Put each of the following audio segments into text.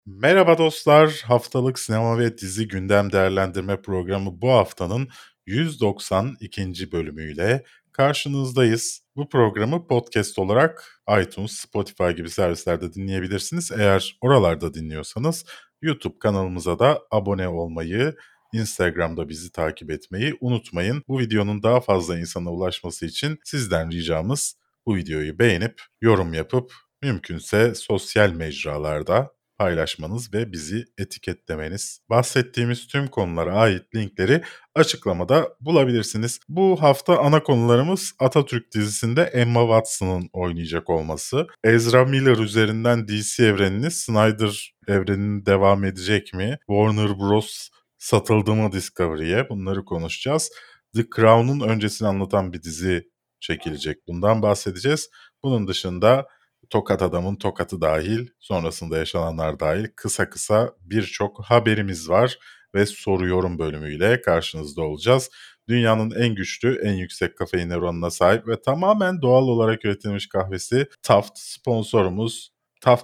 Merhaba dostlar, haftalık sinema ve dizi gündem değerlendirme programı bu haftanın 192. bölümüyle karşınızdayız. Bu programı podcast olarak iTunes, Spotify gibi servislerde dinleyebilirsiniz. Eğer oralarda dinliyorsanız YouTube kanalımıza da abone olmayı, Instagram'da bizi takip etmeyi unutmayın. Bu videonun daha fazla insana ulaşması için sizden ricamız bu videoyu beğenip, yorum yapıp, mümkünse sosyal mecralarda paylaşmanız ve bizi etiketlemeniz. Bahsettiğimiz tüm konulara ait linkleri açıklamada bulabilirsiniz. Bu hafta ana konularımız Atatürk dizisinde Emma Watson'ın oynayacak olması. Ezra Miller üzerinden DC evrenini, Snyder evreninin devam edecek mi? Warner Bros. Satıldı mı Discovery'ye? Bunları konuşacağız. The Crown'un öncesini anlatan bir dizi çekilecek. Bundan bahsedeceğiz. Bunun dışında Tokat Adam'ın tokatı dahil, sonrasında yaşananlar dahil kısa kısa birçok haberimiz var ve soru yorum bölümüyle karşınızda olacağız. Dünyanın en güçlü, en yüksek kafein oranına sahip ve tamamen doğal olarak üretilmiş kahvesi Taft sponsorumuz.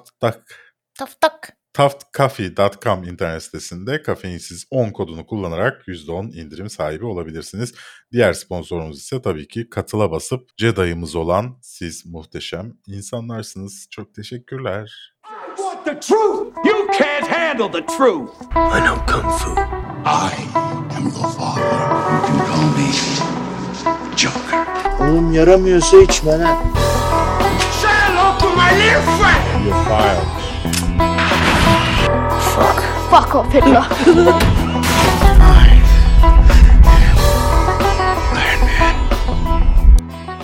Taftcoffee.com internet sitesinde kafeinsiz 10 kodunu kullanarak %10 indirim sahibi olabilirsiniz. Diğer sponsorumuz ise tabii ki katıla basıp Jedi'ımız olan siz muhteşem insanlarsınız. Çok teşekkürler. I want the truth. You can't handle the truth. I know Kung Fu. I am your father. You can call me Joker. Oğlum yaramıyorsa içme lan. Say hello to my little friend. You're fired. Fuck off, Hitler. I am Iron Man.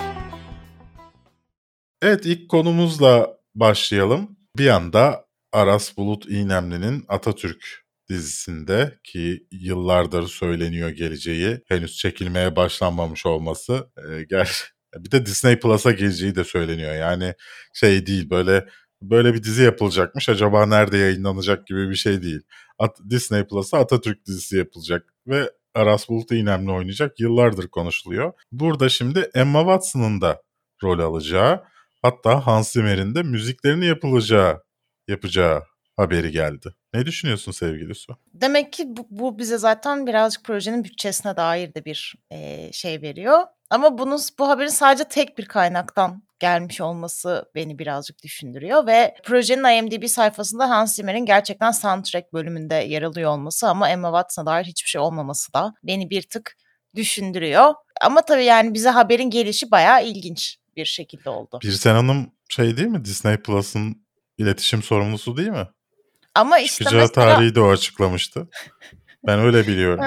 Evet, ilk konumuzla başlayalım. Bir anda Aras Bulut İynemli'nin Atatürk dizisinde, ki yıllardır söyleniyor geleceği, henüz çekilmeye başlanmamış olması, bir de Disney Plus'a geleceği de söyleniyor. Yani şey değil, böyle bir dizi yapılacakmış, acaba nerede yayınlanacak gibi bir şey değil. Disney Plus'a Atatürk dizisi yapılacak ve Aras Bulut İynemli oynayacak, yıllardır konuşuluyor. Burada şimdi Emma Watson'ın da rol alacağı, hatta Hans Zimmer'in de müziklerini yapacağı haberi geldi. Ne düşünüyorsun sevgili Su? Demek ki bu bize zaten birazcık projenin bütçesine dair de bir şey veriyor. Ama bu haberin sadece tek bir kaynaktan gelmiş olması beni birazcık düşündürüyor ve projenin IMDb sayfasında Hans Zimmer'in gerçekten soundtrack bölümünde yer alıyor olması ama Emma Watson'a dair hiçbir şey olmaması da beni bir tık düşündürüyor. Ama tabii yani bize haberin gelişi bayağı ilginç bir şekilde oldu. Birsen Hanım şey değil mi? Disney Plus'ın iletişim sorumlusu değil mi? Ama işte Çıkacağı mesela tarihi de o açıklamıştı. Ben öyle biliyorum.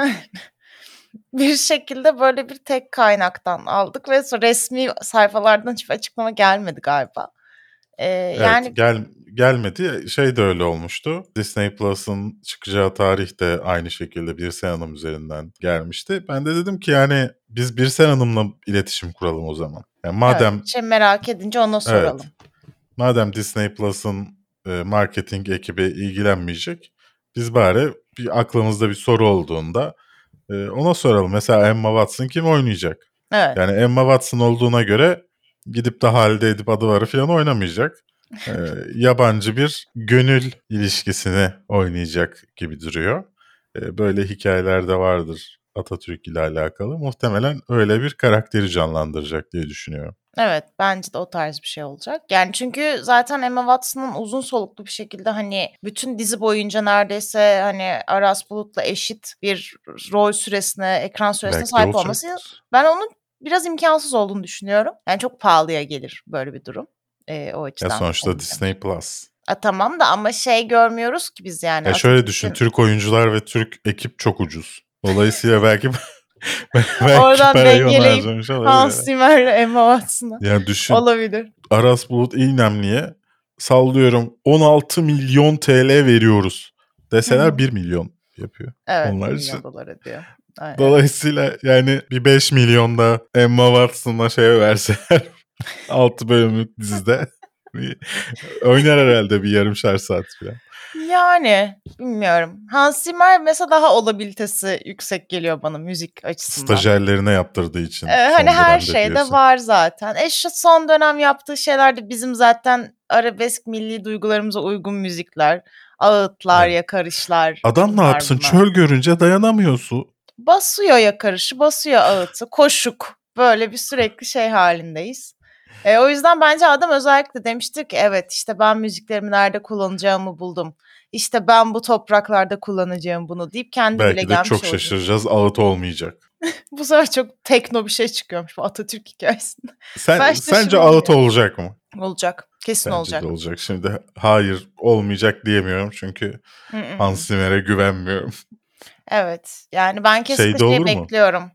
bir şekilde böyle bir tek kaynaktan aldık ve sonra resmi sayfalardan hiçbir açıklama gelmedi galiba. Yani Evet, gelmedi. Şey de öyle olmuştu. Disney Plus'ın çıkacağı tarih de aynı şekilde Birsen Hanım üzerinden gelmişti. Ben de dedim ki yani biz Birsen Hanım'la iletişim kuralım o zaman. Yani madem evet, merak edince ona soralım. Evet. Madem Disney Plus'ın marketing ekibi ilgilenmeyecek, biz bari bir aklımızda bir soru olduğunda ona soralım. Mesela Emma Watson kim oynayacak? Evet. Yani Emma Watson olduğuna göre gidip de Halide Edip Adıvar'ı falan oynamayacak. Yabancı bir gönül ilişkisini oynayacak gibi duruyor. Böyle hikayeler de vardır Atatürk ile alakalı. Muhtemelen öyle bir karakteri canlandıracak diye düşünüyorum. Evet, bence de o tarz bir şey olacak. Yani çünkü zaten Emma Watson'ın uzun soluklu bir şekilde hani bütün dizi boyunca neredeyse hani Aras Bulut'la eşit bir rol süresine, ekran süresine Belki de sahip olacak. olması, ben onun biraz imkansız olduğunu düşünüyorum. Yani çok pahalıya gelir böyle bir durum. O Ya açıdan. sonuçta Disney Plus. Tamam da ama şey görmüyoruz ki biz yani. Ya şöyle Atatürk'ün düşün, Türk oyuncular ve Türk ekip çok ucuz. Dolayısıyla belki oradan parayı ona dengeleyip harcamış Hans olabilir. Zimmer'le Emma Watson'a. Yani düşün, Olabilir. Aras Bulut İynemli'ye sallıyorum 16 milyon TL veriyoruz deseler 1 milyon yapıyor. Evet, Onlar 1 için. milyon dolar ediyor. Aynen. Dolayısıyla yani bir 5 milyon da Emma Watson'a şeye verseler 6 bölümlük dizide oynar herhalde bir yarımşar saat falan. Yani bilmiyorum. Hans Zimmer mesela daha olabilitesi yüksek geliyor bana müzik açısından. Stajyerlerine yaptırdığı için. Hani her dönemde şeyde diyorsun. var zaten. Şu son dönem yaptığı şeyler de bizim zaten arabesk milli duygularımıza uygun müzikler. Ağıtlar, Evet. yakarışlar, Adam ne şunlar yapsın? bunlar. Çöl görünce dayanamıyor su. Basıyor yakarışı, basıyor ağıtı, koşuk. Böyle bir sürekli şey halindeyiz. O yüzden bence adam özellikle demiştir ki evet işte ben müziklerimi nerede kullanacağımı buldum. İşte ben bu topraklarda kullanacağım bunu deyip kendi bile Belki de gelmiş çok olacak. şaşıracağız. Ağıt olmayacak. Bu sefer çok tekno bir şey çıkıyormuş bu Atatürk hikayesinde. Ben Sence şaşırmam ağıt yani. olacak mı? Olacak. Kesin Bence olacak. de olacak. Şimdi hayır olmayacak diyemiyorum çünkü Hı hı. Hans Zimmer'e güvenmiyorum. Evet. Yani ben kesinlikle Şeyde olur mu? bekliyorum.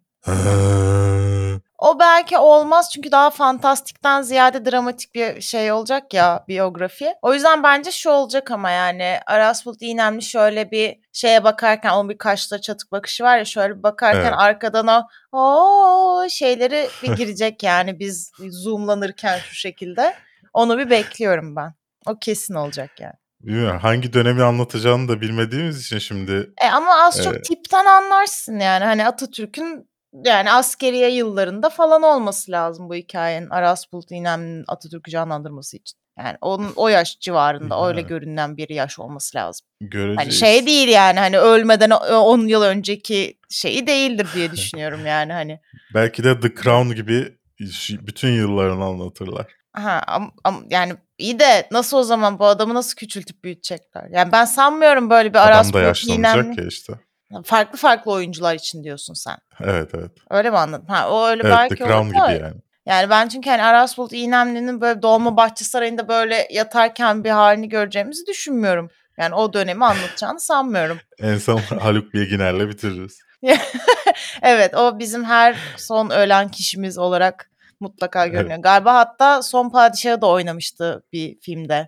O belki olmaz çünkü daha fantastikten ziyade dramatik bir şey olacak ya biyografi. O yüzden bence şu olacak ama yani Aras Bulut İynemli şöyle bir şeye bakarken onun bir kaşla çatık bakışı var ya şöyle bir bakarken Evet. arkadan o şeyleri bir girecek yani biz zoomlanırken şu şekilde. Onu bir bekliyorum ben. O kesin olacak yani. Bilmiyorum. Hangi dönemi anlatacağını da bilmediğimiz için şimdi. Ama az çok tipten anlarsın yani hani Atatürk'ün yani askeriye yıllarında falan olması lazım bu hikayenin Aras Bulut İynemli'nin Atatürk'ü canlandırması için. Yani onun o yaş civarında öyle görünen bir yaş olması lazım. Göreceğiz. Hani şey değil yani hani ölmeden 10 yıl önceki şeyi değildir diye düşünüyorum yani hani. Belki de The Crown gibi bütün yıllarını anlatırlar. Yani iyi de nasıl o zaman bu adamı nasıl küçültüp büyütecekler? Yani ben sanmıyorum böyle bir Aras Adam da Bulut yaşlanacak İynemli. ya işte. Farklı oyuncular için diyorsun sen. Evet. Öyle mi anladın? O öyle Evet, belki The Crown olur da. gibi yani. Yani ben çünkü hani Aras Bulut İynemli'nin böyle Dolmabahçe Sarayı'nda böyle yatarken bir halini göreceğimizi düşünmüyorum. Yani o dönemi anlatacağını sanmıyorum. En son Haluk Bilginer'le bitiririz. Evet o bizim her son ölen kişimiz olarak mutlaka görünüyor. Evet. Galiba hatta Son Padişah'ı da oynamıştı bir filmde.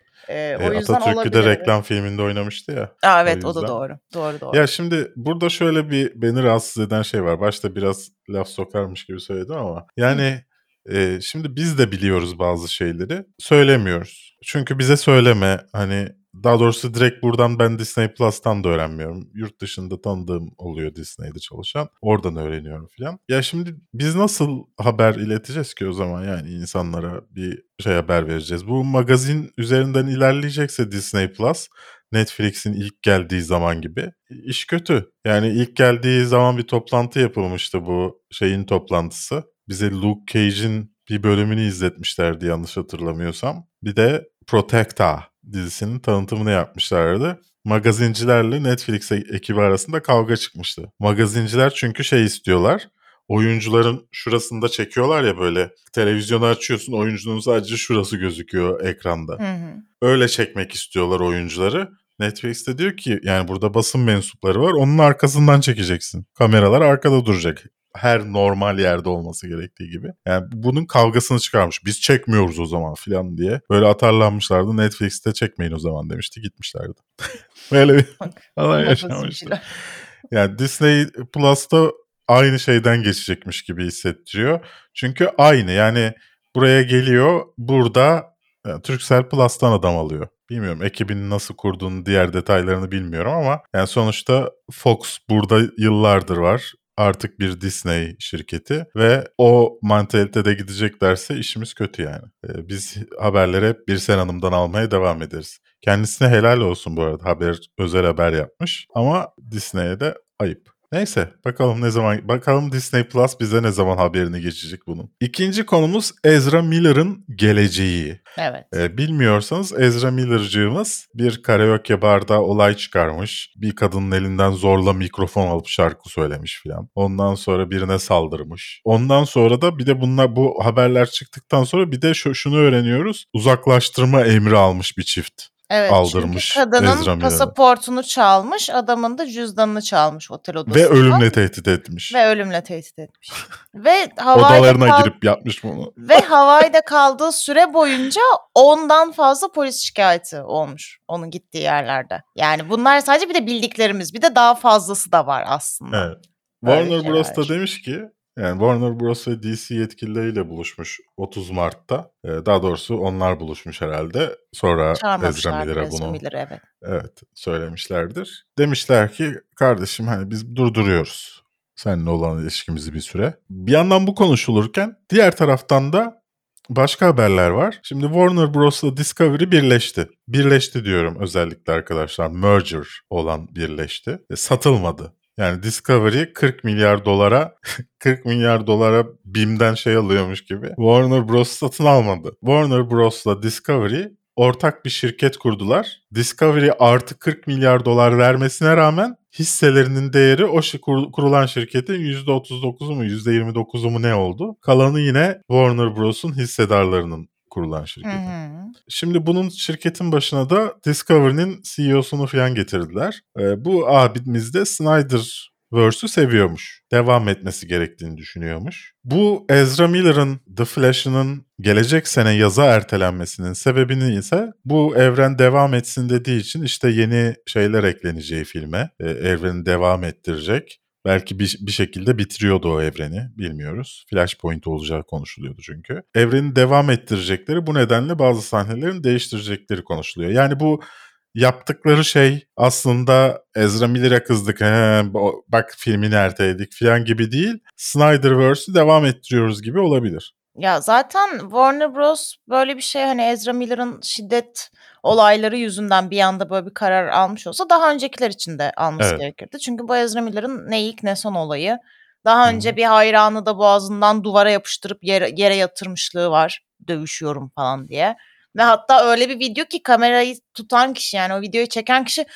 O yüzden Atatürk'ü olabilir. de reklam filminde oynamıştı ya. Evet o da doğru. Doğru. Ya şimdi burada şöyle bir beni rahatsız eden şey var. Başta biraz laf sokarmış gibi söyledim ama. Yani şimdi biz de biliyoruz bazı şeyleri. Söylemiyoruz. Çünkü bize söyleme hani daha doğrusu direkt buradan ben Disney Plus'tan da öğrenmiyorum. Yurt dışında tanıdığım oluyor Disney'de çalışan. Oradan öğreniyorum falan. Ya şimdi biz nasıl haber ileteceğiz ki o zaman yani insanlara bir haber vereceğiz. Bu magazin üzerinden ilerleyecekse Disney Plus Netflix'in ilk geldiği zaman gibi iş kötü. Yani ilk geldiği zaman bir toplantı yapılmıştı bu şeyin toplantısı. Bize Luke Cage'in bir bölümünü izletmişlerdi yanlış hatırlamıyorsam. Bir de Protecta dizisinin tanıtımını yapmışlardı. Magazincilerle Netflix ekibi arasında kavga çıkmıştı. Magazinciler çünkü şey istiyorlar. Oyuncuların şurasında çekiyorlar ya böyle. Televizyonu açıyorsun oyuncunun sadece şurası gözüküyor ekranda. Hı. Öyle çekmek istiyorlar oyuncuları. Netflix de diyor ki yani burada basın mensupları var onun arkasından çekeceksin. Kameralar arkada duracak. Her normal yerde olması gerektiği gibi. Yani bunun kavgasını çıkarmış. Biz çekmiyoruz o zaman filan diye. Böyle atarlanmışlardı. Netflix'te çekmeyin o zaman demişti. Gitmişlerdi. Böyle bir olay yaşanmıştı. Yani Disney Plus'ta aynı şeyden geçecekmiş gibi hissettiriyor. Çünkü aynı yani buraya geliyor burada yani Turkcell Plus'tan adam alıyor. Bilmiyorum ekibini nasıl kurduğunu diğer detaylarını bilmiyorum ama yani sonuçta Fox burada yıllardır var. Artık bir Disney şirketi ve o mantalitede gideceklerse işimiz kötü yani. Biz haberleri hep Birsen Hanım'dan almaya devam ederiz. Kendisine helal olsun bu arada özel haber yapmış ama Disney'e de ayıp. Neyse bakalım Disney Plus bize ne zaman haberini geçecek bunun. İkinci konumuz Ezra Miller'ın geleceği. Evet. Bilmiyorsanız Ezra Miller'cığımız bir karaoke barda olay çıkarmış. Bir kadının elinden zorla mikrofon alıp şarkı söylemiş filan. Ondan sonra birine saldırmış. Ondan sonra da bir de bu haberler çıktıktan sonra bir de şunu öğreniyoruz. Uzaklaştırma emri almış bir çift. Evet Aldırmış çünkü kadının pasaportunu çalmış, adamın da cüzdanını çalmış otel odasından. Ve ölümle tehdit etmiş. Ve odalarına girip yapmış bunu. Ve Hawaii'de kaldığı süre boyunca 10'dan fazla polis şikayeti olmuş onun gittiği yerlerde. Yani bunlar sadece bir de bildiklerimiz, bir de daha fazlası da var aslında. Evet. Warner Bros. Da demiş ki yani Warner Bros. Ve DC yetkilileriyle buluşmuş 30 Mart'ta. Daha doğrusu onlar buluşmuş herhalde. Sonra Ezra Miller'e bunu evet, söylemişlerdir. Demişler ki kardeşim hani biz durduruyoruz seninle olan ilişkimizi bir süre. Bir yandan bu konuşulurken diğer taraftan da Başka haberler var. Şimdi Warner Bros'la Discovery birleşti. Birleşti diyorum özellikle arkadaşlar. Merger olan birleşti. Satılmadı. Yani Discovery 40 milyar dolara 40 milyar dolara BİM'den şey alıyormuş gibi. Warner Bros satın almadı. Warner Bros'la Discovery ortak bir şirket kurdular. Discovery artı 40 milyar dolar vermesine rağmen hisselerinin değeri o kurulan şirketin %39'u mu %29'u mu ne oldu? Kalanı yine Warner Bros'un hissedarlarının kurulan şirketin. Şimdi bunun şirketin başına da Discovery'nin CEO'sunu falan getirdiler. Bu abimiz de Snyderverse'ü seviyormuş. Devam etmesi gerektiğini düşünüyormuş. Bu Ezra Miller'ın The Flash'ının gelecek sene yaza ertelenmesinin sebebini ise bu evren devam etsin dediği için işte yeni şeyler ekleneceği filme. Evreni devam ettirecek. Belki bir şekilde bitiriyordu o evreni, bilmiyoruz. Flashpoint olacağı konuşuluyordu çünkü. Evreni devam ettirecekleri, bu nedenle bazı sahnelerin değiştirecekleri konuşuluyor. Yani bu yaptıkları şey aslında Ezra Miller'a kızdık, bak filmini erteledik falan gibi değil. Snyderverse'ü devam ettiriyoruz gibi olabilir. Ya zaten Warner Bros. Böyle bir şey hani Ezra Miller'ın şiddet olayları yüzünden bir anda böyle bir karar almış olsa daha öncekiler için de alması gerekirdi. Çünkü bu Ezra Miller'ın ne ilk ne son olayı. Daha önce bir hayranı da boğazından duvara yapıştırıp yere yatırmışlığı var. Dövüşüyorum falan diye. Ve hatta öyle bir video ki kamerayı tutan kişi, yani o videoyu çeken kişi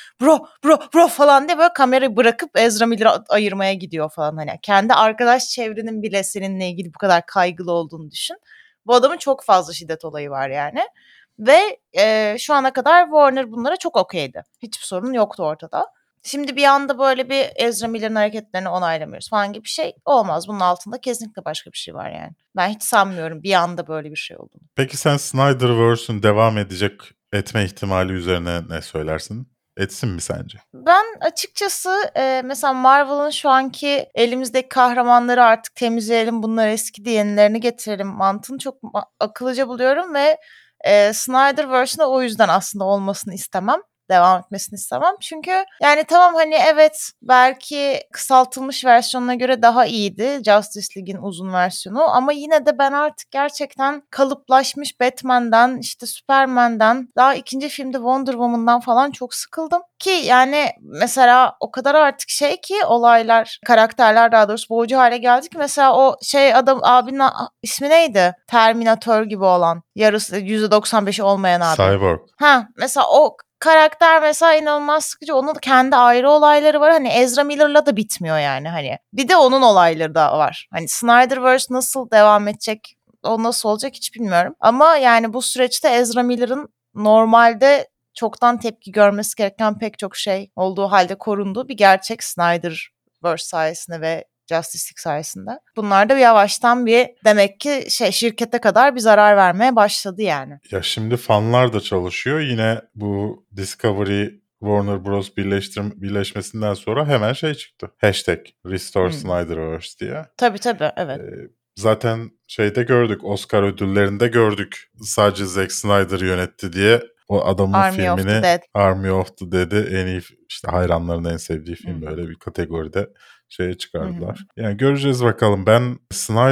bro falan diye böyle kamerayı bırakıp Ezra Miller'ı ayırmaya gidiyor falan. Hani kendi arkadaş çevrenin bile seninle ilgili bu kadar kaygılı olduğunu düşün. Bu adamın çok fazla şiddet olayı var yani. Ve şu ana kadar Warner bunlara çok okeydi. Hiçbir sorun yoktu ortada. Şimdi bir anda böyle bir Ezra Miller'ın hareketlerini onaylamıyoruz falan gibi bir şey olmaz. Bunun altında kesinlikle başka bir şey var yani. Ben hiç sanmıyorum bir anda böyle bir şey olduğunu. Peki sen Snyderverse'ün devam etme ihtimali üzerine ne söylersin? Etsin mi sence? Ben açıkçası mesela Marvel'ın şu anki elimizdeki kahramanları artık temizleyelim, bunlar eskidi, yenilerini getirelim mantığını çok akıllıca buluyorum ve Snyderverse'ün o yüzden aslında olmasını istemem. Devam etmesini istemem. Çünkü yani tamam hani evet belki kısaltılmış versiyonuna göre daha iyiydi Justice League'in uzun versiyonu ama yine de ben artık gerçekten kalıplaşmış Batman'den, işte Superman'den, daha ikinci filmde Wonder Woman'dan falan çok sıkıldım. Ki yani mesela o kadar artık şey ki olaylar, karakterler daha doğrusu boğucu hale geldi ki mesela o şey adam abinin ismi neydi? Terminator gibi olan, yarısı %95'i olmayan abi. Cyborg. Mesela o karakter mesela inanılmaz sıkıcı. Onun da kendi ayrı olayları var. Hani Ezra Miller'la da bitmiyor yani hani. Bir de onun olayları da var. Hani Snyderverse nasıl devam edecek, o nasıl olacak hiç bilmiyorum. Ama yani bu süreçte Ezra Miller'ın normalde çoktan tepki görmesi gereken pek çok şey olduğu halde korunduğu bir gerçek Snyderverse sayesinde ve Justice League sayesinde. Bunlar da bir yavaştan bir demek ki şirkete kadar bir zarar vermeye başladı yani. Ya şimdi fanlar da çalışıyor. Yine bu Discovery Warner Bros. Birleşmesinden sonra hemen şey çıktı. Hashtag Restore Snyderverse diye. Tabii evet. Zaten şeyde gördük, Oscar ödüllerinde gördük. Sadece Zack Snyder yönetti diye o adamın Army of filmini the Dead. Army of the Dead'i en iyi, işte hayranların en sevdiği film böyle bir kategoride şeye çıkardılar. Yani göreceğiz bakalım. Ben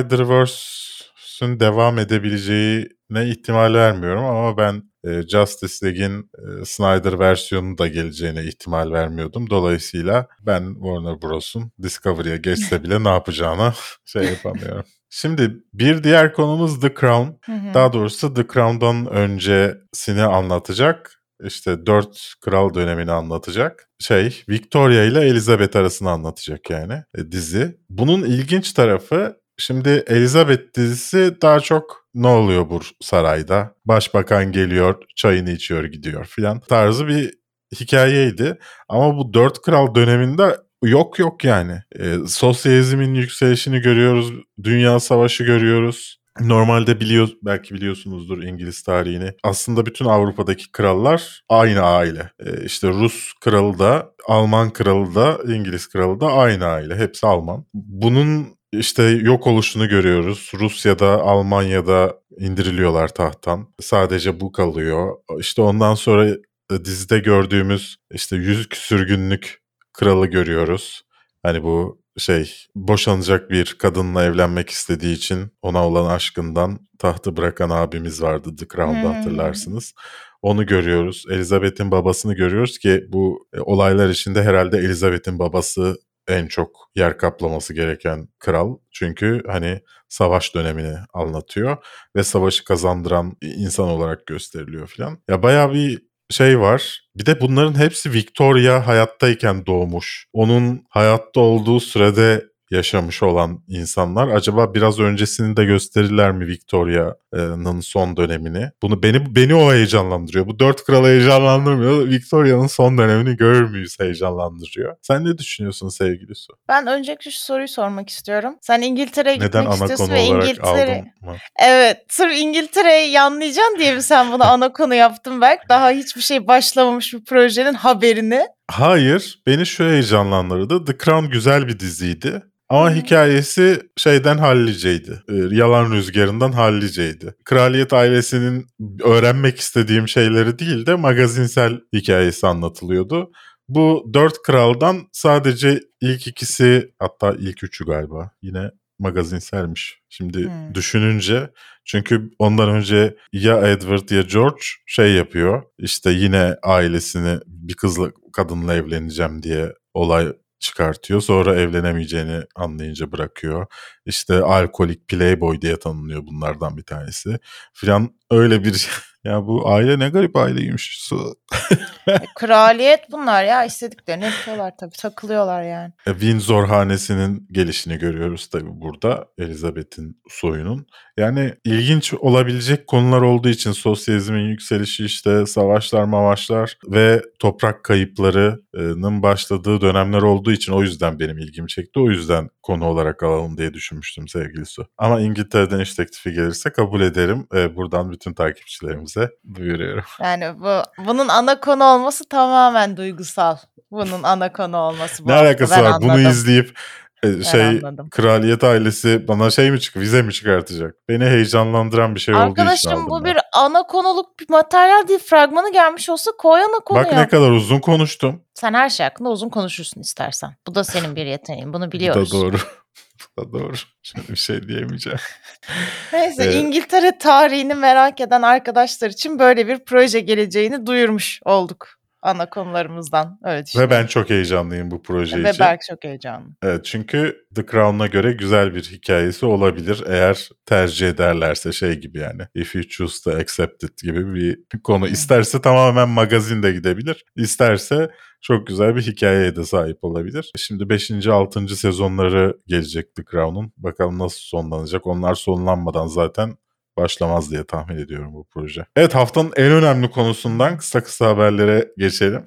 Snyderverse'ün devam edebileceğine ihtimal vermiyorum ama ben Justice League'in Snyder versiyonu da geleceğine ihtimal vermiyordum. Dolayısıyla ben Warner Bros'un Discovery'e geçse bile ne yapacağını şey yapamıyorum. Şimdi bir diğer konumuz The Crown. Daha doğrusu The Crown'dan öncesini anlatacak. İşte 4 kral dönemini anlatacak. Victoria ile Elizabeth arasını anlatacak yani dizi. Bunun ilginç tarafı, şimdi Elizabeth dizisi daha çok ne oluyor bu sarayda? Başbakan geliyor, çayını içiyor, gidiyor filan tarzı bir hikayeydi. Ama bu 4 kral döneminde yok yani. Sosyalizmin yükselişini görüyoruz, Dünya Savaşı görüyoruz. Normalde belki biliyorsunuzdur İngiliz tarihini. Aslında bütün Avrupa'daki krallar aynı aile. İşte Rus kralı da, Alman kralı da, İngiliz kralı da aynı aile. Hepsi Alman. Bunun işte yok oluşunu görüyoruz. Rusya'da, Almanya'da indiriliyorlar tahttan. Sadece bu kalıyor. İşte ondan sonra dizide gördüğümüz işte 100 küsür günlük kralı görüyoruz. Hani bu boşanacak bir kadınla evlenmek istediği için ona olan aşkından tahtı bırakan abimiz vardı The Crown'da, hatırlarsınız. Onu görüyoruz. Elizabeth'in babasını görüyoruz ki bu olaylar içinde herhalde Elizabeth'in babası en çok yer kaplaması gereken kral. Çünkü hani savaş dönemini anlatıyor ve savaşı kazandıran insan olarak gösteriliyor filan. Ya bayağı bir şey var. Bir de bunların hepsi Victoria hayattayken doğmuş. Onun hayatta olduğu sürede yaşamış olan insanlar. Acaba biraz öncesini de gösterirler mi Victoria'nın son dönemini? Beni o heyecanlandırıyor. Bu 4 kral heyecanlandırmıyor. Victoria'nın son dönemini görür müyüz heyecanlandırıyor. Sen ne düşünüyorsun sevgili Su? Ben öncelikle şu soruyu sormak istiyorum. Sen İngiltere'ye Neden gitmek ana istiyorsun konu ve olarak aldın mı? Evet, sırf İngiltere'yi yanlayacaksın diye mi sen bunu ana konu yaptın Berk? Daha hiçbir şey başlamamış bir projenin haberini. Hayır, beni şu heyecanlandırdı. The Crown güzel bir diziydi. Ama hikayesi şeyden halliceydi. Yalan rüzgarından halliceydi. Kraliyet ailesinin öğrenmek istediğim şeyleri değil de magazinsel hikayesi anlatılıyordu. Bu 4 kraldan sadece ilk ikisi, hatta ilk üçü galiba yine magazinselmiş. Şimdi düşününce, çünkü ondan önce ya Edward ya George yapıyor. İşte yine ailesini bir kadınla evleneceğim diye olay çıkartıyor. Sonra evlenemeyeceğini anlayınca bırakıyor. İşte alkolik playboy diye tanınıyor bunlardan bir tanesi. Filan öyle bir ya bu aile ne garip aileymiş. Kraliyet bunlar ya, istediklerini yapıyorlar tabii, takılıyorlar yani. Windsor hanesinin gelişini görüyoruz tabii burada, Elizabeth'in soyunun. Yani ilginç olabilecek konular olduğu için, sosyalizmin yükselişi, işte savaşlar mavaşlar ve toprak kayıplarının başladığı dönemler olduğu için, o yüzden benim ilgimi çekti. O yüzden konu olarak alalım diye düşünmüştüm sevgili Su. Ama İngiltere'den iş teklifi gelirse kabul ederim. Buradan bütün takipçilerimize duyuruyorum. Yani bunun ana konu olması tamamen duygusal. Bunun ana konu olması bu Ne hafta, alakası ben var? anladım. Bunu izleyip anladım. kraliyet ailesi bana vize mi çıkartacak? Beni heyecanlandıran bir şey olduğu için Arkadaşım, aldım bu ben. bir ana konuluk bir materyal değil. Fragmanı gelmiş olsa koy ana konuya. Bak ne kadar uzun konuştum. Sen her şey hakkında uzun konuşursun istersen. Bu da senin bir yeteneğin. Bunu Bu biliyoruz. da doğru. Bu da doğru. Şimdi bir şey diyemeyeceğim. Neyse, İngiltere tarihini merak eden arkadaşlar için böyle bir proje geleceğini duyurmuş olduk ana konularımızdan. Öyle düşünüyorum. Ve ben çok heyecanlıyım bu proje Ve için. Berk çok heyecanlı. Evet, çünkü The Crown'a göre güzel bir hikayesi olabilir. Eğer tercih ederlerse, gibi yani. If you choose to accept it gibi bir konu. İsterse tamamen magazin de gidebilir. İsterse çok güzel bir hikayeye de sahip olabilir. Şimdi 5. 6. sezonları gelecek The Crown'un. Bakalım nasıl sonlanacak. Onlar sonlanmadan zaten başlamaz diye tahmin ediyorum bu proje. Evet, haftanın en önemli konusundan kısa haberlere geçelim.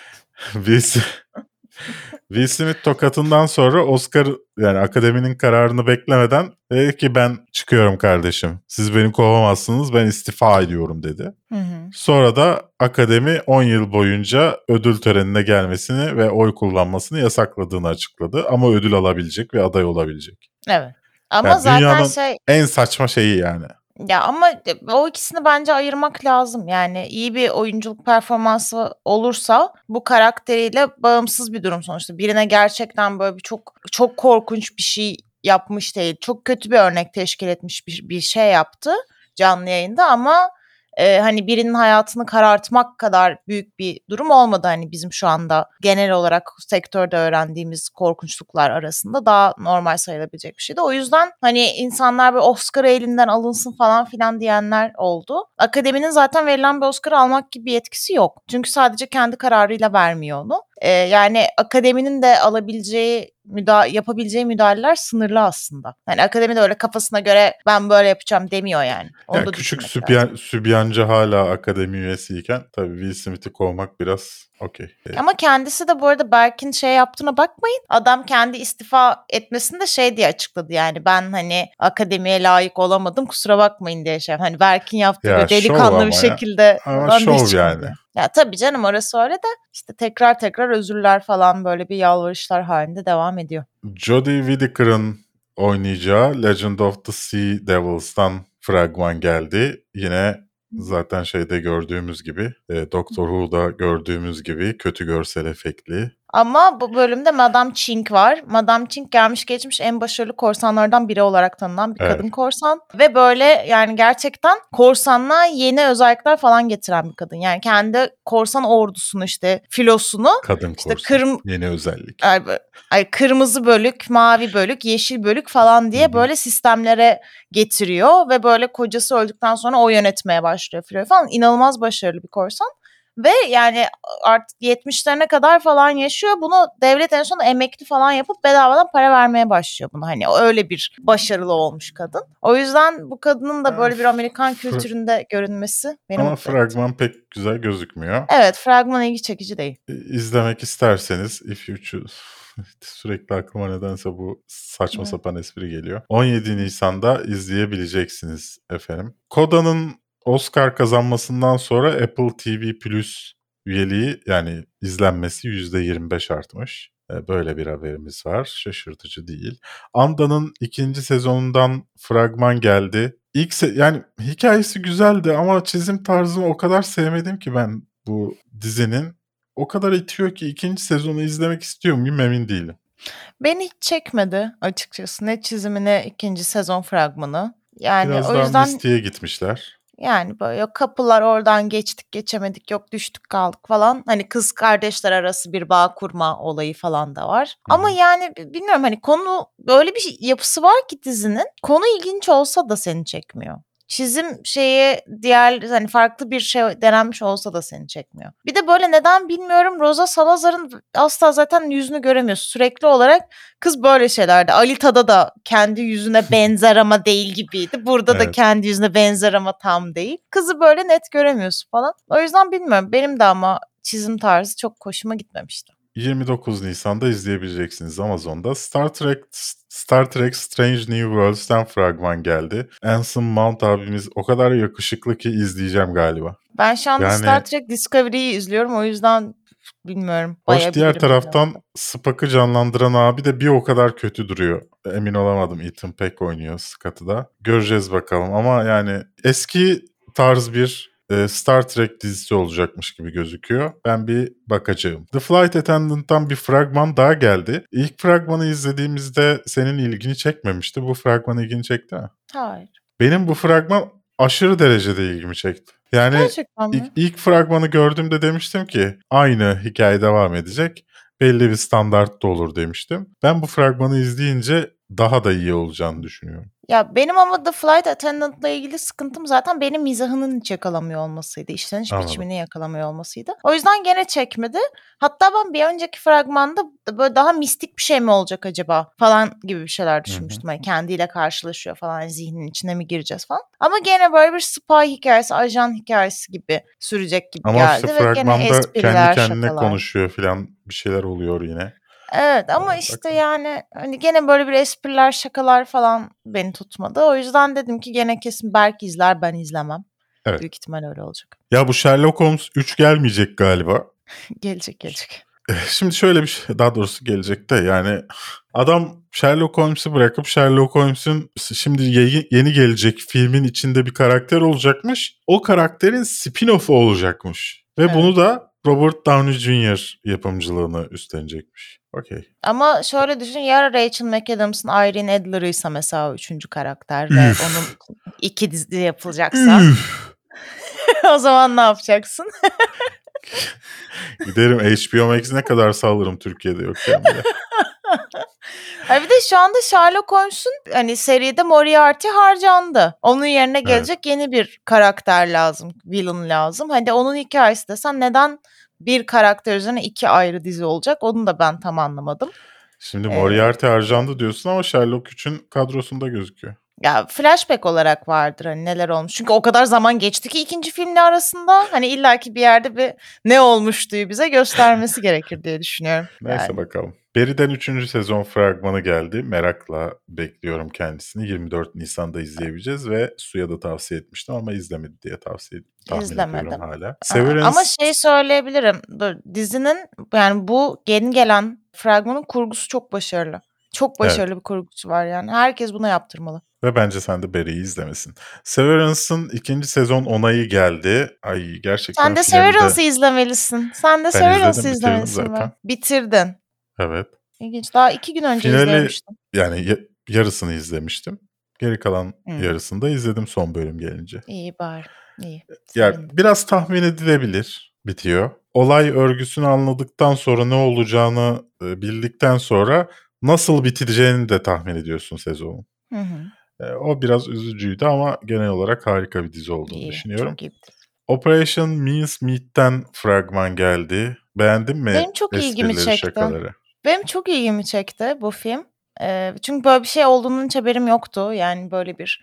Will Smith tokatından sonra Oscar, yani akademinin kararını beklemeden dedi ki ben çıkıyorum kardeşim. Siz beni kovamazsınız, ben istifa ediyorum dedi. Sonra da akademi 10 yıl boyunca ödül törenine gelmesini ve oy kullanmasını yasakladığını açıkladı. Ama ödül alabilecek ve aday olabilecek. Evet. Ama yani zaten dünyanın en saçma şeyi yani. Ya ama o ikisini bence ayırmak lazım. Yani iyi bir oyunculuk performansı olursa bu karakteriyle bağımsız bir durum sonuçta. Birine gerçekten böyle bir çok korkunç bir şey yapmış değil. Çok kötü bir örnek teşkil etmiş bir şey yaptı canlı yayında ama hani birinin hayatını karartmak kadar büyük bir durum olmadı. Hani bizim şu anda genel olarak sektörde öğrendiğimiz korkunçluklar arasında daha normal sayılabilecek bir şeydi. O yüzden hani insanlar bir Oscar elinden alınsın falan filan diyenler oldu. Akademinin zaten verilen bir Oscar almak gibi bir yetkisi yok. Çünkü sadece kendi kararıyla vermiyor onu. Yani akademinin de alabileceği, yapabileceği müdahaleler sınırlı aslında. Yani akademi de öyle kafasına göre ben böyle yapacağım demiyor yani. Onu da küçük düşünmek sübyancı hala akademi üyesiyken tabii Will Smith'i kovmak biraz okey. Ama kendisi de bu arada Berk'in yaptığına bakmayın. Adam kendi istifa etmesini de diye açıkladı yani. Ben hani akademiye layık olamadım, kusura bakmayın diye Hani Berk'in yaptığı böyle delikanlı bir şekilde. Ama şov yani. Ya tabii canım, orası öyle de işte tekrar özürler falan, böyle bir yalvarışlar halinde devam ediyor. Jodie Whittaker'ın oynayacağı Legend of the Sea Devils'tan fragman geldi. Yine zaten gördüğümüz gibi, Doctor Who'da gördüğümüz gibi kötü görsel efektli Ama bu bölümde Madame Ching var. Madame Ching gelmiş geçmiş en başarılı korsanlardan biri olarak tanınan bir Evet. kadın korsan. Ve böyle yani gerçekten korsanlığa yeni özellikler falan getiren bir kadın. Yani kendi korsan ordusunu işte filosunu Kadın işte korsan. Yeni özellik. kırmızı bölük, mavi bölük, yeşil bölük falan diye böyle sistemlere getiriyor. Ve böyle kocası öldükten sonra o yönetmeye başlıyor filoyu falan. İnanılmaz başarılı bir korsan. Ve yani artık 70'lerine kadar falan yaşıyor. Bunu devlet en son emekli falan yapıp bedavadan para vermeye başlıyor buna. Hani öyle bir başarılı olmuş kadın. O yüzden bu kadının da böyle bir Amerikan kültüründe görünmesi beni Ama mutlu etti. fragman pek güzel gözükmüyor. Evet, fragman ilgi çekici değil. İzlemek isterseniz If You Choose. Sürekli aklıma nedense bu saçma sapan espri geliyor. 17 Nisan'da izleyebileceksiniz efendim. Koda'nın Oscar kazanmasından sonra Apple TV Plus üyeliği yani izlenmesi %25 artmış. Böyle bir haberimiz var. Şaşırtıcı değil. Anda'nın 2. sezonundan fragman geldi. Yani hikayesi güzeldi ama çizim tarzını o kadar sevmedim ki ben bu dizinin. O kadar itiyor ki 2. sezonu izlemek istiyor muyum emin değilim. Beni hiç çekmedi açıkçası. Ne çizimi ne 2. sezon fragmanı. Yani Biraz o daha yüzden mistiğe gitmişler. yani böyle yok kapılar oradan geçtik geçemedik yok düştük kaldık falan. Hani kız kardeşler arası bir bağ kurma olayı falan da var. Ama yani bilmiyorum hani konu böyle bir yapısı var ki dizinin. Konu ilginç olsa da seni çekmiyor. Çizim şeyi diğer hani farklı bir şey denenmiş olsa da seni çekmiyor. Bir de böyle neden bilmiyorum Rosa Salazar'ın asla zaten yüzünü göremiyorsun. Sürekli olarak kız böyle şeylerde. Alita'da da kendi yüzüne benzer ama değil gibiydi. Burada da Evet. kendi yüzüne benzer ama tam değil. Kızı böyle net göremiyorsun falan. O yüzden bilmiyorum. Benim de ama çizim tarzı çok hoşuma gitmemişti. 29 Nisan'da izleyebileceksiniz Amazon'da. Star Trek Strange New Worlds'ten fragman geldi. Anson Mount abimiz o kadar yakışıklı ki izleyeceğim galiba. Ben şu anda Yani- Star Trek Discovery'yi izliyorum. O yüzden bilmiyorum. Hoş Bayabilirim. diğer taraftan Spock'ı canlandıran abi de bir o kadar kötü duruyor. Emin olamadım Ethan Peck oynuyor Scott'ı da. Göreceğiz bakalım ama yani eski tarz bir Star Trek dizisi olacakmış gibi gözüküyor. Ben bir bakacağım. The Flight Attendant'tan bir fragman daha geldi. İlk fragmanı izlediğimizde senin ilgini çekmemişti. Bu fragman ilgini çekti mi? Hayır. Benim bu fragman aşırı derecede ilgimi çekti. Yani Gerçekten mi? ilk fragmanı gördüğümde demiştim ki aynı hikaye devam edecek. Belli bir standartta olur demiştim. Ben bu fragmanı izleyince daha da iyi olacağını düşünüyorum. Ya benim ama The Flight Attendant'la ilgili sıkıntım zaten benim mizahının hiç yakalamıyor olmasıydı. İşleniş Anladım. biçimini yakalamıyor olmasıydı. O yüzden gene çekmedi. Hatta ben bir önceki fragmanda böyle daha mistik bir şey mi olacak acaba falan gibi bir şeyler düşünmüştüm. Hani kendiyle karşılaşıyor falan hani zihninin içine mi gireceğiz falan. Ama gene böyle bir spy hikayesi, ajan hikayesi gibi sürecek gibi Ama geldi. işte Ve gene fragmanda espriler, kendi kendine şakalar. konuşuyor falan bir şeyler oluyor yine. Evet ama Evet, işte bakalım. yani hani gene böyle bir espriler, şakalar falan beni tutmadı. O yüzden dedim ki gene kesin Berk izler, ben izlemem. Evet. Büyük ihtimal öyle olacak. Ya bu Sherlock Holmes 3 gelmeyecek galiba. Gelecek. Şimdi şöyle bir şey, daha doğrusu gelecek de yani adam Sherlock Holmes'u bırakıp Sherlock Holmes'un şimdi yeni gelecek filmin içinde bir karakter olacakmış. O karakterin spin-off'u olacakmış. Ve Evet. bunu da Robert Downey Jr. yapımcılığını üstlenecekmiş. Okey. Ama şöyle düşün ya Rachel McAdams'ın Irene Adler'ıysa mesela o 3. karakter ve Üf. onun 2 dizi yapılacaksa Üf. o zaman ne yapacaksın? Giderim HBO Max'i ne kadar sağlarım Türkiye'de yokken bile. Ay bir de şu anda Sherlock Holmes'un hani seride Moriarty harcandı. Onun yerine gelecek yeni bir karakter lazım, villain lazım. Hadi onun hikayesi desen neden bir karakter üzerine 2 ayrı dizi olacak? Onu da ben tam anlamadım. Şimdi Moriarty harcandı diyorsun ama Sherlock 3'ün kadrosunda gözüküyor. Ya flashback olarak vardır hani neler olmuş. Çünkü o kadar zaman geçti ki ikinci filmle arasında. Hani illaki bir yerde bir ne olmuştuğu bize göstermesi gerekir diye düşünüyorum. Neyse Yani. bakalım. Barry'den 3. sezon fragmanı geldi. Merakla bekliyorum kendisini. 24 Nisan'da izleyebileceğiz ve Suya da tavsiye etmiştim ama izlemedi diye tahmin İzlemedim. ediyorum hala. Aa, Severance... Ama şey söyleyebilirim. Dizinin yani bu yeni gelen fragmanın kurgusu çok başarılı. Çok Evet. başarılı bir kurgusu var yani. Herkes buna yaptırmalı. Ve bence sen de Barry'i izlemesin. Severance'ın 2. sezon onayı geldi. Ay gerçekten Sen de finali de Severance'ı izlemelisin. Sen de ben Severance'ı izledim, bitirdim izlemelisin be. zaten. Bitirdin. Evet. İlginç. Daha 2 gün önce Finali izlemiştim. yani yarısını izlemiştim. Geri kalan yarısını da izledim son bölüm gelince. İyi bari. İyi. Yani Sevindim. biraz tahmin edilebilir bitiyor. Olay örgüsünü anladıktan sonra ne olacağını bildikten sonra nasıl bitireceğini de tahmin ediyorsun sezonun. Hı hı. O biraz üzücüydü ama genel olarak harika bir dizi olduğunu İyi. düşünüyorum. Çok iyi bitirdi. Operation Mincemeat'ten fragman geldi. Beğendin mi Benim çok ilgimi esprileri, çekti. şakaları? Benim çok ilgimi çekti bu film. Çünkü böyle bir şey olduğunun hiç haberim yoktu. Yani böyle bir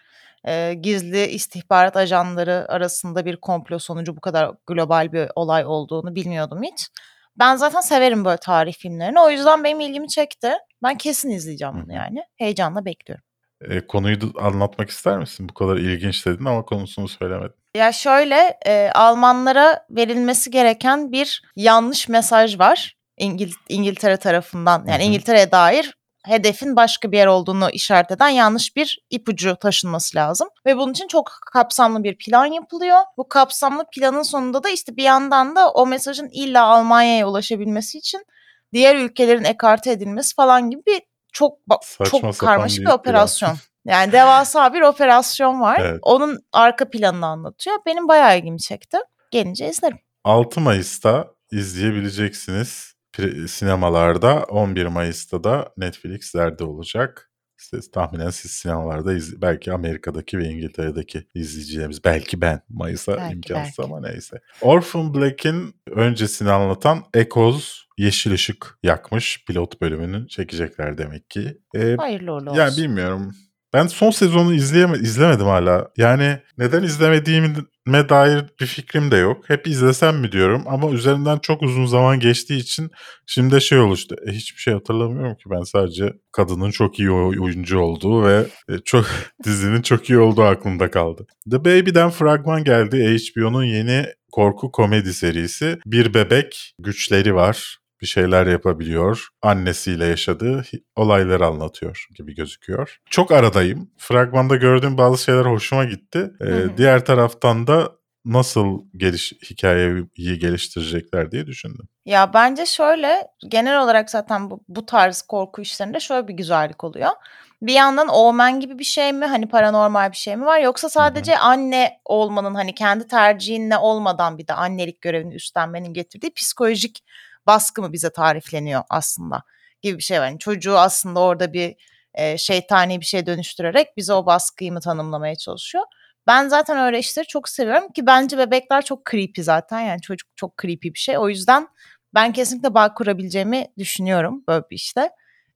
gizli istihbarat ajanları arasında bir komplo sonucu bu kadar global bir olay olduğunu bilmiyordum hiç. Ben zaten severim böyle tarih filmlerini. O yüzden benim ilgimi çekti. Ben kesin izleyeceğim Hı bunu hı. yani. Heyecanla bekliyorum. Konuyu da anlatmak ister misin? Bu kadar ilginç dedin ama konusunu söylemedin. Ya şöyle Almanlara verilmesi gereken bir yanlış mesaj var İngiltere tarafından. Yani Hı hı. İngiltere'ye dair hedefin başka bir yer olduğunu işaret eden yanlış bir ipucu taşınması lazım. Ve bunun için çok kapsamlı bir plan yapılıyor. Bu kapsamlı planın sonunda da işte bir yandan da o mesajın illa Almanya'ya ulaşabilmesi için diğer ülkelerin ekarte edilmesi falan gibi bir Saçma çok sapan karmaşık bir bir plan. operasyon. Yani devasa bir operasyon var. Evet. Onun arka planını anlatıyor. Benim bayağı ilgimi çekti. Gelince izlerim. 6 Mayıs'ta izleyebileceksiniz sinemalarda. 11 Mayıs'ta da Netflix'lerde olacak. Tahminen siz sinemalarda belki Amerika'daki ve İngiltere'deki izleyeceğimiz, belki ben, Mayıs'a Belki, imkansız belki. ama neyse. Orphan Black'in öncesini anlatan Echoes yeşil ışık yakmış. Pilot bölümünü çekecekler demek ki. Hayırlı uğurlu Yani olsun. bilmiyorum. Ben son sezonu izlemedim hala. Yani neden izlemediğime dair bir fikrim de yok. Hep izlesem mi diyorum ama üzerinden çok uzun zaman geçtiği için şimdi de şey oluştu. Hiçbir şey hatırlamıyorum ki, ben sadece kadının çok iyi oyuncu olduğu ve çok dizinin çok iyi olduğu aklımda kaldı. The Baby'den fragman geldi. HBO'nun yeni korku komedi serisi. Bir bebek, güçleri var, bir şeyler yapabiliyor. Annesiyle yaşadığı olayları anlatıyor gibi gözüküyor. Çok aradayım. Fragmanda gördüğüm bazı şeyler hoşuma gitti. Diğer taraftan da nasıl hikayeyi geliştirecekler diye düşündüm. Ya bence şöyle, genel olarak zaten bu tarz korku işlerinde şöyle bir güzellik oluyor. Bir yandan Omen gibi bir şey mi, hani paranormal bir şey mi var, yoksa sadece anne olmanın, hani kendi tercihinle olmadan bir de annelik görevini üstlenmenin getirdiği psikolojik baskı mı bize tarifleniyor aslında gibi bir şey var. Yani çocuğu aslında orada bir şeytani bir şey dönüştürerek bize o baskıyı mı tanımlamaya çalışıyor. Ben zaten öyle işleri çok seviyorum ki bence bebekler çok creepy zaten, yani çocuk çok creepy bir şey. O yüzden ben kesinlikle bağ kurabileceğimi düşünüyorum böyle bir işte.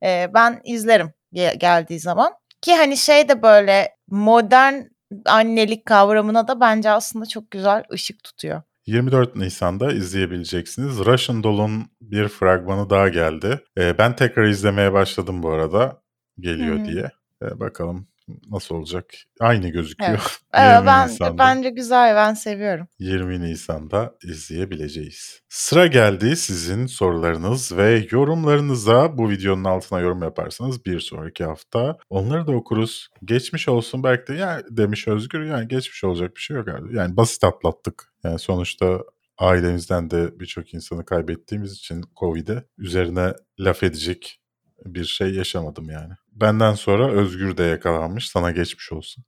Ben izlerim geldiği zaman. Ki hani şey de böyle modern annelik kavramına da bence aslında çok güzel ışık tutuyor. 24 Nisan'da izleyebileceksiniz. Russian Doll'un bir fragmanı daha geldi. Ben tekrar izlemeye başladım bu arada. Geliyor diye. Bakalım nasıl olacak. Aynı gözüküyor. Evet. 20 Nisan'da. Bence güzel, ben seviyorum. 20 Nisan'da izleyebileceğiz. Sıra geldi sizin sorularınız ve yorumlarınıza. Bu videonun altına yorum yaparsanız bir sonraki hafta onları da okuruz. Geçmiş olsun belki de, yani demiş Özgür, yani geçmiş olacak bir şey yok abi. Yani basit atlattık. Yani sonuçta ailemizden de birçok insanı kaybettiğimiz için Covid'e üzerine laf edecek bir şey yaşamadım yani. Benden sonra Özgür de yakalanmış. Sana geçmiş olsun.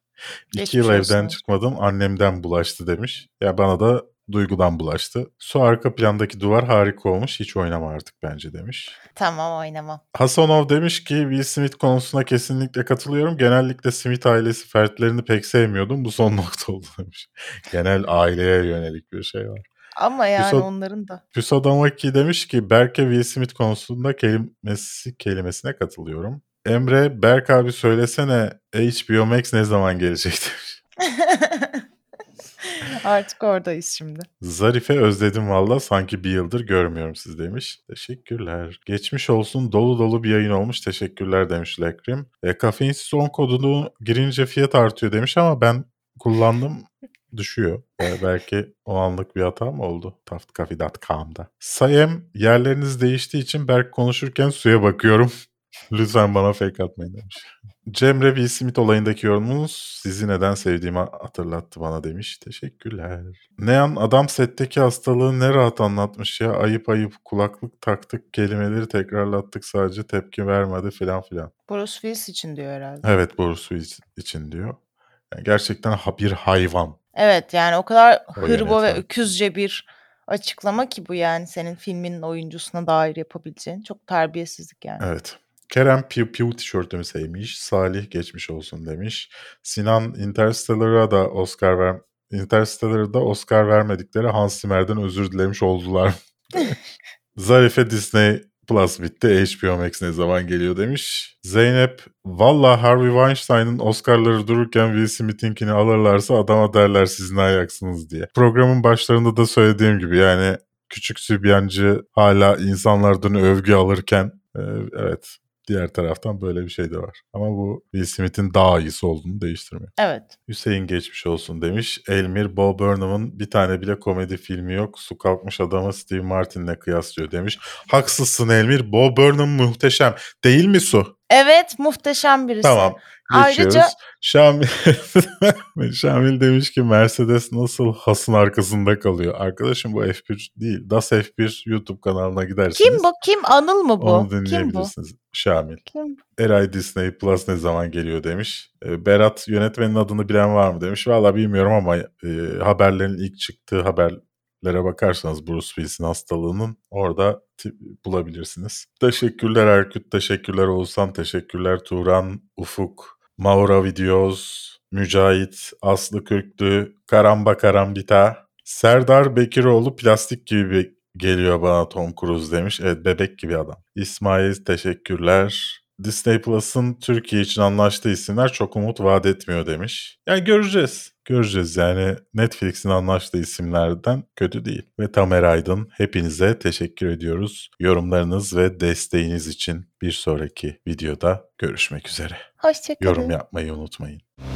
2 Geçmiş yıl olsun evden hocam. çıkmadım, annemden bulaştı demiş. Ya bana da Duygu'dan bulaştı. Su arka plandaki duvar harika olmuş, hiç oynama artık bence demiş. Tamam, oynamam. Hasanov demiş ki Will Smith konusuna kesinlikle katılıyorum. Genellikle Smith ailesi fertlerini pek sevmiyordum. Bu son nokta oldu demiş. Genel aileye yönelik bir şey var. Ama yani onların da. Püsadamaki demiş ki Berke Will Smith konusunda kelimesine katılıyorum. Emre, Berk abi söylesene HBO Max ne zaman gelecek demiş. Artık oradayız şimdi. Zarife, özledim valla, sanki bir yıldır görmüyorum siz demiş. Teşekkürler. Geçmiş olsun, dolu dolu bir yayın olmuş, teşekkürler demiş Lekrim. Kafeinsiz 10 kodunu girince fiyat artıyor demiş ama ben kullandım, düşüyor. Belki o anlık bir hata mı oldu? Taftcafe.com'da. Sayem, yerleriniz değiştiği için Berk konuşurken suya bakıyorum. Lütfen bana fake atmayın demiş. Cemre Will Smith olayındaki yorumunuz sizi neden sevdiğimi hatırlattı bana demiş. Teşekkürler. Neyan adam setteki hastalığı ne rahat anlatmış ya. Ayıp ayıp kulaklık taktık kelimeleri tekrarlattık sadece tepki vermedi filan filan. Bruce Willis için diyor herhalde. Evet Bruce Willis için diyor. Yani gerçekten bir hayvan. Evet yani o kadar O hırbo ve yönetmen. öküzce bir açıklama ki bu yani senin filmin oyuncusuna dair yapabileceğin. Çok terbiyesizlik yani. Evet. Kerem Piu Piu tişörtümü sevmiş. Salih geçmiş olsun demiş. Sinan Interstellar'da Oscar vermedikleri Hans Zimmer'den özür dilemiş oldular. Zarife Disney Plus bitti. HBO Max ne zaman geliyor demiş. Zeynep valla Harvey Weinstein'ın Oscar'ları dururken Will Smith'inkini alırlarsa adama derler siz ne ayaksınız diye. Programın başlarında da söylediğim gibi yani küçük sübyancı hala insanlardan övgü alırken evet diğer taraftan böyle bir şey de var. Ama bu Will Smith'in daha iyisi olduğunu değiştirmiyor. Evet. Hüseyin geçmiş olsun demiş. Elmir, Bo Burnham'ın bir tane bile komedi filmi yok. Su kalkmış adamı Steve Martin'le kıyaslıyor demiş. Haksızsın Elmir. Bo Burnham muhteşem. Değil mi Su? Evet muhteşem birisi. Tamam. Geçiyoruz. Ayrıca Şamil demiş ki Mercedes nasıl Has'ın arkasında kalıyor? Arkadaşım bu F1 değil. Das F1 YouTube kanalına gidersiniz. kim bu? Kim? Anıl mı bu? Onu Kim bu? dinleyebilirsiniz. Şamil. Kim? Eray Disney Plus ne zaman geliyor demiş. Berat yönetmenin adını bilen var mı demiş. Valla bilmiyorum ama haberlerin ilk çıktığı haberlere bakarsanız Bruce Willis'in hastalığının orada bulabilirsiniz. Teşekkürler Erkut, teşekkürler Oğuzhan, teşekkürler Turan, Ufuk, Maura Videos, Mücahit, Aslı Kürklü, Karamba Karambita, Serdar Bekiroğlu plastik gibi geliyor bana Tom Cruise demiş. Evet bebek gibi adam. İsmail teşekkürler. Disney Plus'ın Türkiye için anlaştığı isimler çok umut vaat etmiyor demiş. Yani göreceğiz. Göreceğiz yani Netflix'in anlaştığı isimlerden kötü değil. Ve Tamer Aydın hepinize teşekkür ediyoruz. Yorumlarınız ve desteğiniz için bir sonraki videoda görüşmek üzere. Hoşçakalın. Yorum yapmayı unutmayın.